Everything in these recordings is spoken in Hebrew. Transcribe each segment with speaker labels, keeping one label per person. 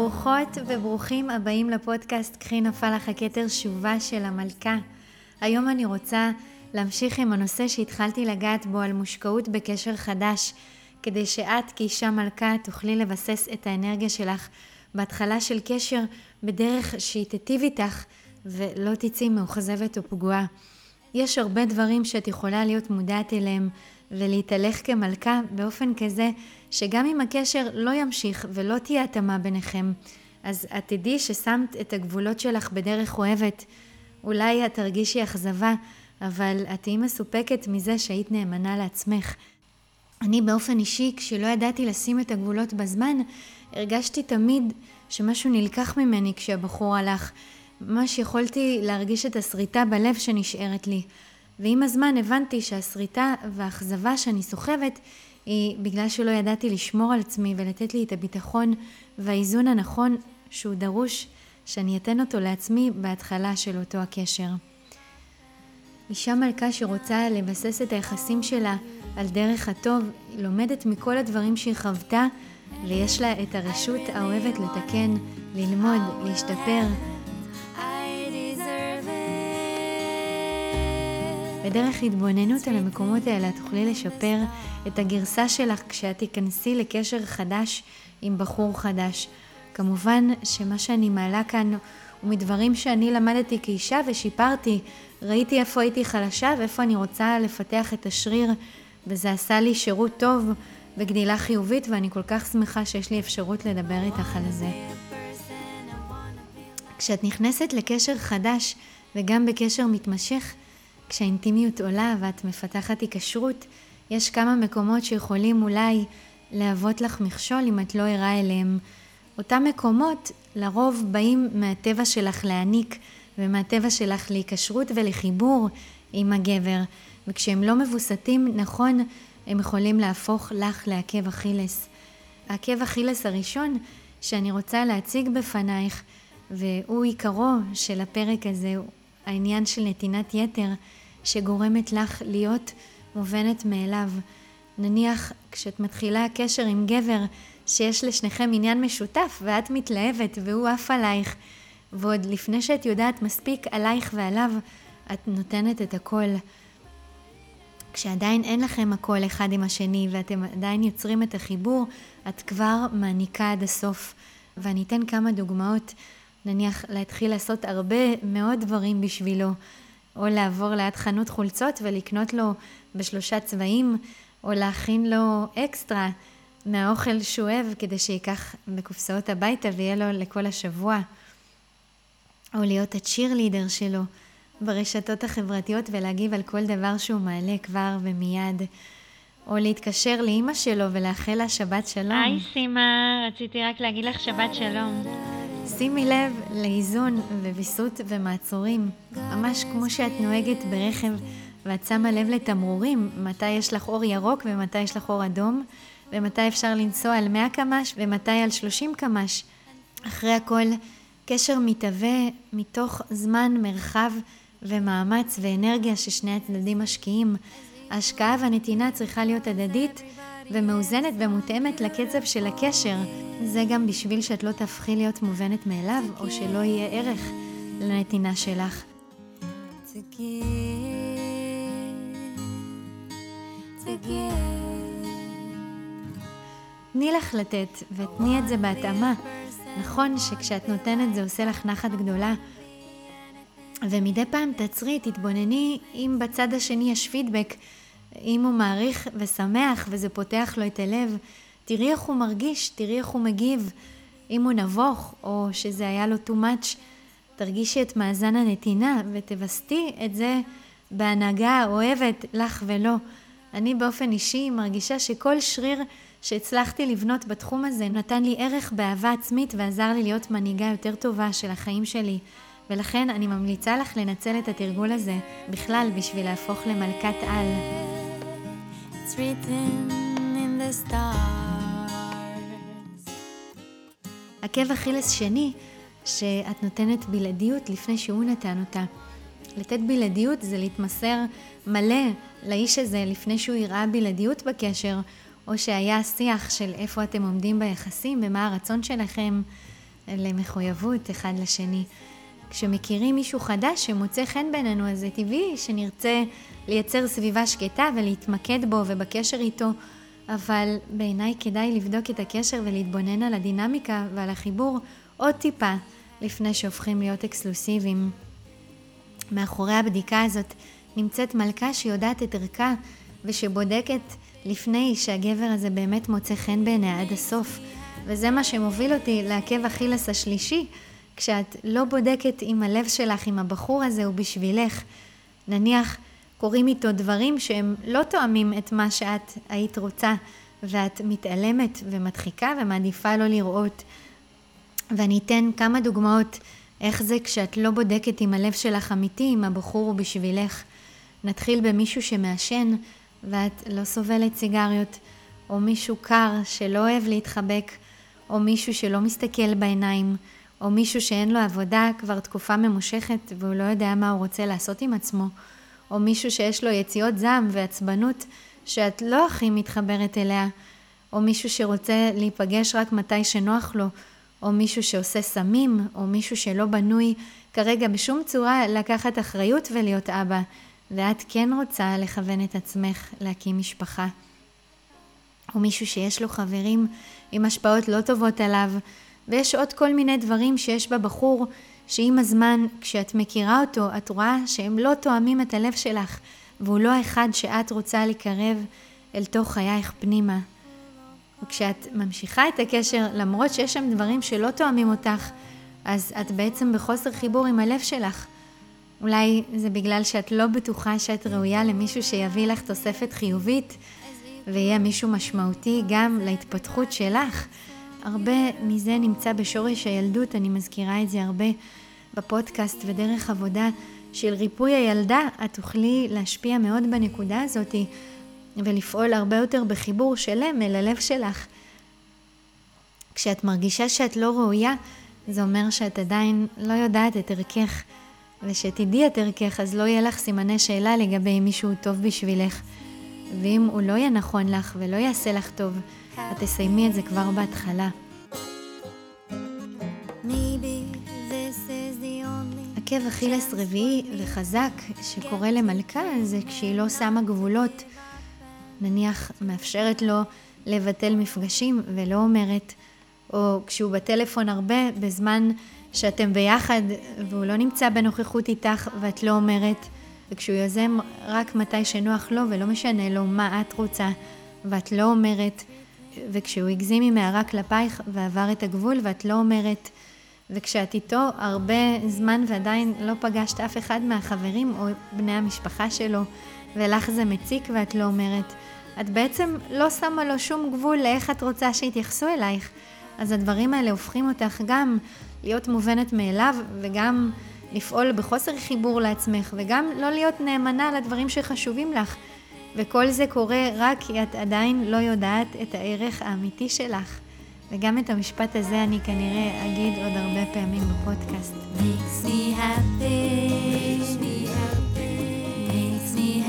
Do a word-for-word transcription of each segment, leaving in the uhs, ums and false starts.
Speaker 1: ברוכות וברוכים הבאים לפודקאסט קחי נפל לך הכתר שובה של המלכה. היום אני רוצה להמשיך עם הנושא שהתחלתי לגעת בו על מושקעות בקשר חדש, כדי שאת כאישה מלכה תוכלי לבסס את האנרגיה שלך בהתחלה של קשר בדרך שהיא תיטיב איתך ולא תצאי מאוכזבת או פגועה. יש הרבה דברים שאת יכולה להיות מודעת אליהם ולהתהלך כמלכה באופן כזה שגם אם הקשר לא ימשיך ולא תהיה התאמה ביניכם, אז את תדעי ששמת את הגבולות שלך בדרך אוהבת. אולי את תרגישי אכזבה, אבל את תהיי מסופקת מזה שהיית נאמנה לעצמך. אני באופן אישי, כשלא ידעתי לשים את הגבולות בזמן, הרגשתי תמיד שמשהו נלקח ממני כשהבחור הלך. ממש יכולתי להרגיש את הסריטה בלב שנשארת לי. ועם הזמן הבנתי שהסריטה והאכזבה שאני סוחבת היא בגלל שלא ידעתי לשמור על עצמי ולתת לי את הביטחון והאיזון הנכון שהוא דרוש שאני אתן אותו לעצמי בהתחלה של אותו הקשר. אישה מלכה שרוצה לבסס את היחסים שלה על דרך הטוב, היא לומדת מכל הדברים שהיא חוותה ויש לה את הרשות האוהבת לתקן, ללמוד, להשתפר. בדרך התבוננות על המקומות האלה תוכלי לשפר את הגרסה שלך כשאת תיכנסי לקשר חדש עם בחור חדש. כמובן שמה שאני מעלה כאן הוא מדברים שאני למדתי כאישה ושיפרתי. ראיתי איפה הייתי חלשה ואיפה אני רוצה לפתח את השריר, וזה עשה לי שירות טוב וגדילה חיובית, ואני כל כך שמחה שיש לי אפשרות לדבר איתך על זה. כשאת נכנסת לקשר חדש וגם בקשר מתמשך, כשהאינטימיות עולה ואת מפתחת היקשרות, יש כמה מקומות שיכולים אולי להוות לך מכשול אם את לא ערה אליהם. אותם מקומות לרוב באים מהטבע שלך להעניק ומהטבע שלך להיקשרות ולחיבור עם הגבר, וכשהם לא מבוסתים נכון הם יכולים להפוך לך לעקב אכילס. העקב אכילס הראשון שאני רוצה להציג בפנייך, והוא עיקרו של הפרק הזה, העניין של נתינת יתר שגורמת לך להיות מובנת מאליו. נניח כשאת מתחילה הקשר עם גבר שיש לשניכם עניין משותף ואת מתלהבת והוא עף עלייך, ועוד לפני שאת יודעת מספיק עלייך ועליו, את נותנת את הכל. כשעדיין אין לכם הכל אחד עם השני ואתם עדיין יוצרים את החיבור, את כבר מעניקה עד הסוף. ואני אתן כמה דוגמאות. נניח להתחיל לעשות הרבה מאוד דברים בשבילו, או לעבור ליד חנות חולצות ולקנות לו בשלושה צבעים, או להכין לו אקסטרה מהאוכל שהוא אוהב כדי שיקח בקופסאות הביתה ויהיה לו לכל השבוע, או להיות הצ'ירלידר שלו ברשתות החברתיות ולהגיב על כל דבר שהוא מעלה כבר ומיד, או להתקשר לאמא שלו ולאחל לה שבת שלום.
Speaker 2: היי סימה, רציתי רק להגיד לך שבת שלום.
Speaker 1: שימי לב לאיזון וויסות ומעצורים, ממש כמו שאת נוהגת ברכב ואת שמה לב לתמרורים, מתי יש לך אור ירוק ומתי יש לך אור אדום, ומתי אפשר לנסוע על מאה קמ"ש ומתי על שלושים קמ"ש. אחרי הכל, קשר מתהווה מתוך זמן, מרחב ומאמץ ואנרגיה ששני הצדדים משקיעים. ההשקעה והנתינה צריכה להיות הדדית ומאוזנת ומותאמת לקצב של הקשר. זה גם בשביל שאת לא תהפכי להיות מובנת מאליו, או שלא יהיה ערך לנתינה שלך. תני לך לתת ותני את זה בהתאמה. נכון שכשאת נותנת זה עושה לך נחת גדולה, ומדי פעם תעצרי, תתבונני אם בצד השני יש פידבק, אם הוא מעריך ושמח וזה פותח לו את הלב. תראי איך הוא מרגיש, תראי איך הוא מגיב. אם הוא נבוך או שזה היה לו too much, תרגישי את מאזן הנתינה ותבסתי את זה בהנהגה אוהבת לך ולא. אני באופן אישי מרגישה שכל שריר שהצלחתי לבנות בתחום הזה נתן לי ערך באהבה עצמית ועזר לי להיות מנהיגה יותר טובה של החיים שלי. ולכן אני ממליצה לך לנצל את התרגול הזה בכלל בשביל להפוך למלכת על. It's written in the stars. עקב אכילס שני, שאת נותנת בלעדיות לפני שהוא נתן אותה. לתת בלעדיות זה להתמסר מלא לאיש הזה לפני שהוא יראה בלעדיות בקשר, או שהיה שיח של איפה אתם עומדים ביחסים ומה הרצון שלכם. למחויבות אחד לשני. כשמכירים מישהו חדש שמוצא חן בינינו, אז זה טבעי שנרצה לייצר סביבה שקטה ולהתמקד בו ובקשר איתו, אבל בעיניי כדאי לבדוק את הקשר ולהתבונן על הדינמיקה ועל החיבור עוד טיפה לפני שהופכים להיות אקסקלוסיביים. מאחורי הבדיקה הזאת נמצאת מלכה שיודעת את ערכה ושבודקת לפני שהגבר הזה באמת מוצא חן בעיניה עד הסוף. וזה מה שמוביל אותי לעקב אכילס השלישי, כשאת לא בודקת עם הלב שלך, עם הבחור הזה הוא בשבילך. נניח קוראים איתו דברים שהם לא תואמים את מה שאת היית רוצה, ואת מתעלמת ומדחיקה ומעדיפה לא לראות. ואני אתן כמה דוגמאות איך זה כשאת לא בודקת עם הלב שלך אמיתי, אם הבחור הוא בשבילך. נתחיל במישהו שמעשן ואת לא סובלת סיגריות, או מישהו קר שלא אוהב להתחבק, או מישהו שלא מסתכל בעיניים, או מישהו שאין לו עבודה כבר תקופה ממושכת והוא לא יודע מה הוא רוצה לעשות עם עצמו, או מישהו שיש לו יציאות זעם ועצבנות שאת לא הכי מתחברת אליה, או מישהו שרוצה להיפגש רק מתי שנוח לו, או מישהו שעושה סמים, או מישהו שלא בנוי כרגע בשום צורה לקחת אחריות ולהיות אבא, ואת כן רוצה לכוון את עצמך להקים משפחה. או מישהו שיש לו חברים עם השפעות לא טובות עליו, ויש עוד כל מיני דברים שיש בבחור, שעם הזמן כשאת מכירה אותו, את רואה שהם לא תואמים את הלב שלך, והוא לא האחד שאת רוצה לקרב אל תוך חייך פנימה. וכשאת ממשיכה את הקשר, למרות שיש שם דברים שלא תואמים אותך, אז את בעצם בחוסר חיבור עם הלב שלך. אולי זה בגלל שאת לא בטוחה שאת ראויה למישהו שיביא לך תוספת חיובית, ויהיה מישהו משמעותי גם להתפתחות שלך. הרבה מזה נמצא בשורש הילדות, אני מזכירה את זה הרבה בפודקאסט ודרך עבודה של ריפוי הילדה. את תוכלי להשפיע מאוד בנקודה הזאת ולפעול הרבה יותר בחיבור שלם אל הלב שלך. כשאת מרגישה שאת לא ראויה, זה אומר שאת עדיין לא יודעת את ערכך, ושתדעי את ערכך אז לא יהיה לך סימני שאלה לגבי מישהו טוב בשבילך. ואם הוא לא יהיה נכון לך ולא יעשה לך טוב, את תסיימי את זה כבר בהתחלה. עקב אכילס רביעי וחזק שקורא למלכה זה כשהיא לא שמה גבולות. נניח מאפשרת לו לבטל מפגשים ולא אומרת, או כשהוא בטלפון הרבה בזמן שאתם ביחד והוא לא נמצא בנוכחות איתך ואת לא אומרת, וכשהוא יוזם רק מתי שנוח לו ולא משנה לו מה את רוצה ואת לא אומרת, וכשהוא הגזים עם הערה כלפייך ועבר את הגבול ואת לא אומרת, וכשאת איתו הרבה זמן ועדיין לא פגשת אף אחד מהחברים או בני המשפחה שלו ולך זה מציק ואת לא אומרת, את בעצם לא שמה לו שום גבול לאיך את רוצה שיתייחסו אלייך. אז הדברים האלה הופכים אותך גם להיות מובנת מאליו וגם לפעול בחוסר חיבור לעצמך וגם לא להיות נאמנה לדברים שחשובים לך. וכל זה קורה רק כי את עדיין לא יודעת את הערך האמיתי שלך. וגם את המשפט הזה אני כנראה אגיד עוד הרבה פעמים בפודקאסט. Makes me happy, makes me happy, makes me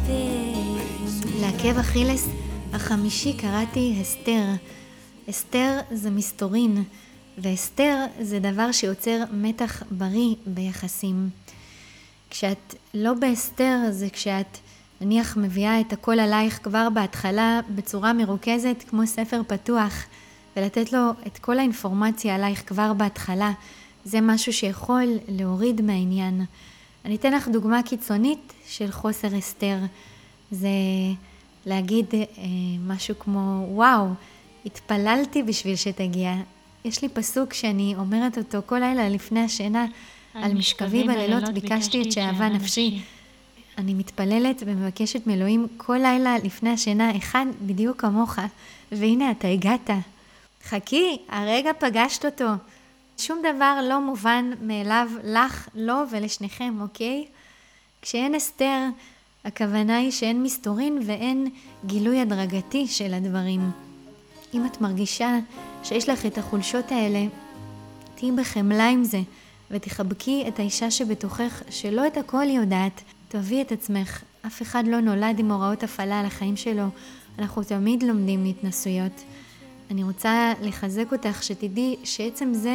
Speaker 1: happy. לעקב אכילס החמישי קראתי אסתר. אסתר זה מסתורין, ואסתר זה דבר שיוצר מתח בריא ביחסים. כשאת לא באסתר זה כשאת נניח מביאה את הכל עלייך כבר בהתחלה בצורה מרוכזת כמו ספר פתוח, ולתת לו את כל האינפורמציה עלייך כבר בהתחלה. זה משהו שיכול להוריד מהעניין. אני אתן לך דוגמה קיצונית של חוסר אסתר. זה להגיד אה, משהו כמו וואו, התפללתי בשביל שתגיע. יש לי פסוק שאני אומרת אותו כל לילה לפני השינה, על משכבי בלילות ביקשתי את שאהבה נפשי. אני מתפללת ומבקשת מאלוהים כל לילה לפני השינה, אחד בדיוק כמוך, והנה אתה הגעת. חכי, הרגע פגשת אותו. שום דבר לא מובן מאליו לך, לא ולשניכם, אוקיי? כשאין אסתר, הכוונה היא שאין מסתורין ואין גילוי הדרגתי של הדברים. אם את מרגישה שיש לך את החולשות האלה, תהי בחמלה עם זה, ותחבקי את האישה שבתוכך שלא את הכל יודעת. תאהבי את עצמך, אף אחד לא נולד עם הוראות הפעלה על החיים שלו, אנחנו תמיד לומדים מהתנסויות. אני רוצה לחזק אותך שתדעי שעצם זה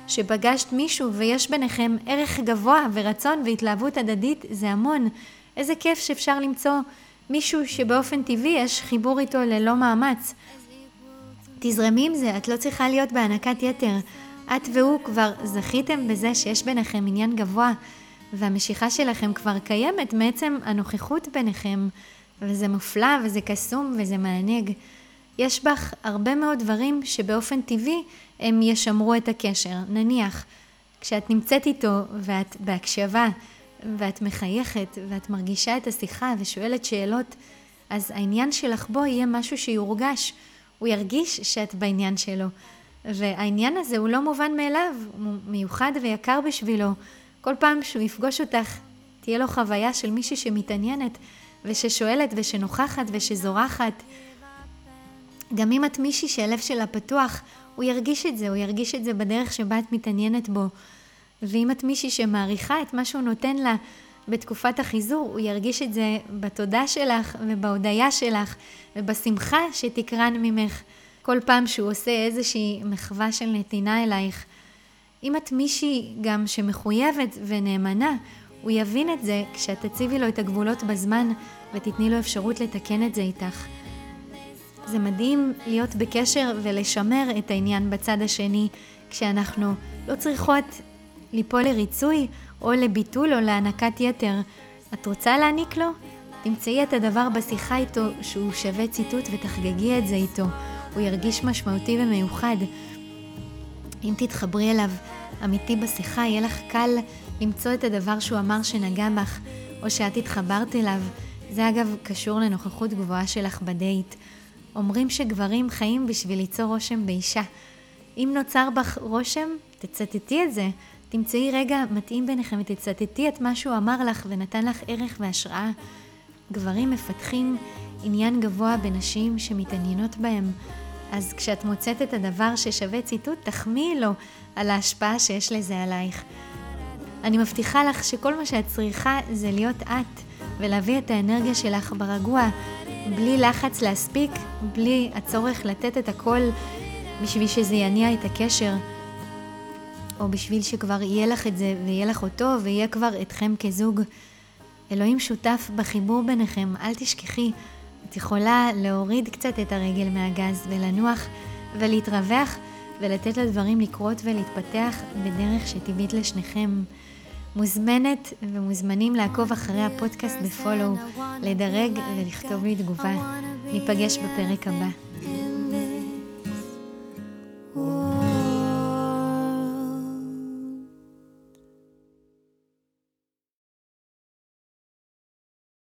Speaker 1: שפגשת מישהו ויש ביניכם ערך גבוה ורצון והתלהבות הדדית, זה המון. איזה כיף שאפשר למצוא מישהו שבאופן טבעי יש חיבור איתו ללא מאמץ. תזרמי עם זה, את לא צריכה להיות בהענקת יתר. את והוא כבר זכיתם בזה שיש ביניכם עניין גבוה, והמשיכה שלכם כבר קיימת מעצם הנוכחות ביניכם, וזה מופלא וזה קסום וזה מענג. יש בך הרבה מאוד דברים שבאופן טבעי הם ישמרו את הקשר. נניח, כשאת נמצאת איתו ואת בהקשבה ואת מחייכת ואת מרגישה את השיחה ושואלת שאלות, אז העניין שלך בו יהיה משהו שיורגש. הוא ירגיש שאת בעניין שלו. והעניין הזה הוא לא מובן מאליו, הוא מיוחד ויקר בשבילו. כל פעם שהוא יפגוש אותך, תהיה לו חוויה של מישהי שמתעניינת וששואלת ושנוכחת ושזורחת. גם אם את מישהי שהלב שלה פתוח, הוא ירגיש את זה, הוא ירגיש את זה בדרך שבה את מתעניינת בו. ואם את מישהי שמעריכה את מה שהוא נותן לה בתקופת החיזור, הוא ירגיש את זה בתודה שלך ובהודיה שלך ובשמחה שתקרן ממך כל פעם שהוא עושה איזושהי מחווה של נתינה אלייך. אם את מישהי גם שמחויבת ונאמנה, הוא יבין את זה כשאת תציבי לו את הגבולות בזמן ותתני לו אפשרות לתקן את זה איתך. זה מדהים להיות בקשר ולשמר את העניין בצד השני, כשאנחנו לא צריכות ליפול לריצוי או לביטול או להענקת יתר. את רוצה להעניק לו? תמצאי את הדבר בשיחה איתו שהוא שווה ציטוט ותחגגי את זה איתו. הוא ירגיש משמעותי ומיוחד. אם תתחברי אליו אמיתי בשיחה, יהיה לך קל למצוא את הדבר שהוא אמר שנגע בך, או שאת התחברת אליו. זה אגב קשור לנוכחות גבוהה שלך בדייט. אומרים שגברים חיים בשביל ליצור רושם באישה. אם נוצר בך רושם, תצטטי את זה. תמצאי רגע מתאים ביניכם ותצטטי את מה שהוא אמר לך ונתן לך ערך והשראה. גברים מפתחים עניין גבוה בנשים שמתעניינות בהם. אז כשאת מוצאת את הדבר ששווה ציטוט, תחמיאי לו על ההשפעה שיש לזה עלייך. אני מבטיחה לך שכל מה שאת צריכה זה להיות את, ולהביא את האנרגיה שלך ברגוע, בלי לחץ להספיק, בלי הצורך לתת את הכל בשביל שזה יניע את הקשר, או בשביל שכבר יהיה לך את זה ויהיה לך אותו ויהיה כבר אתכם כזוג. אלוהים שותף בחיבור ביניכם, אל תשכחי. את יכולה להוריד קצת את הרגל מהגז ולנוח ולהתרווח ולתת לדברים לקרות ולהתפתח בדרך שטבעית לשניכם. מוזמנת ומוזמנים לעקוב אחרי הפודקאסט בפולו, לדרג ולכתוב לי תגובה. ניפגש בפרק הבא.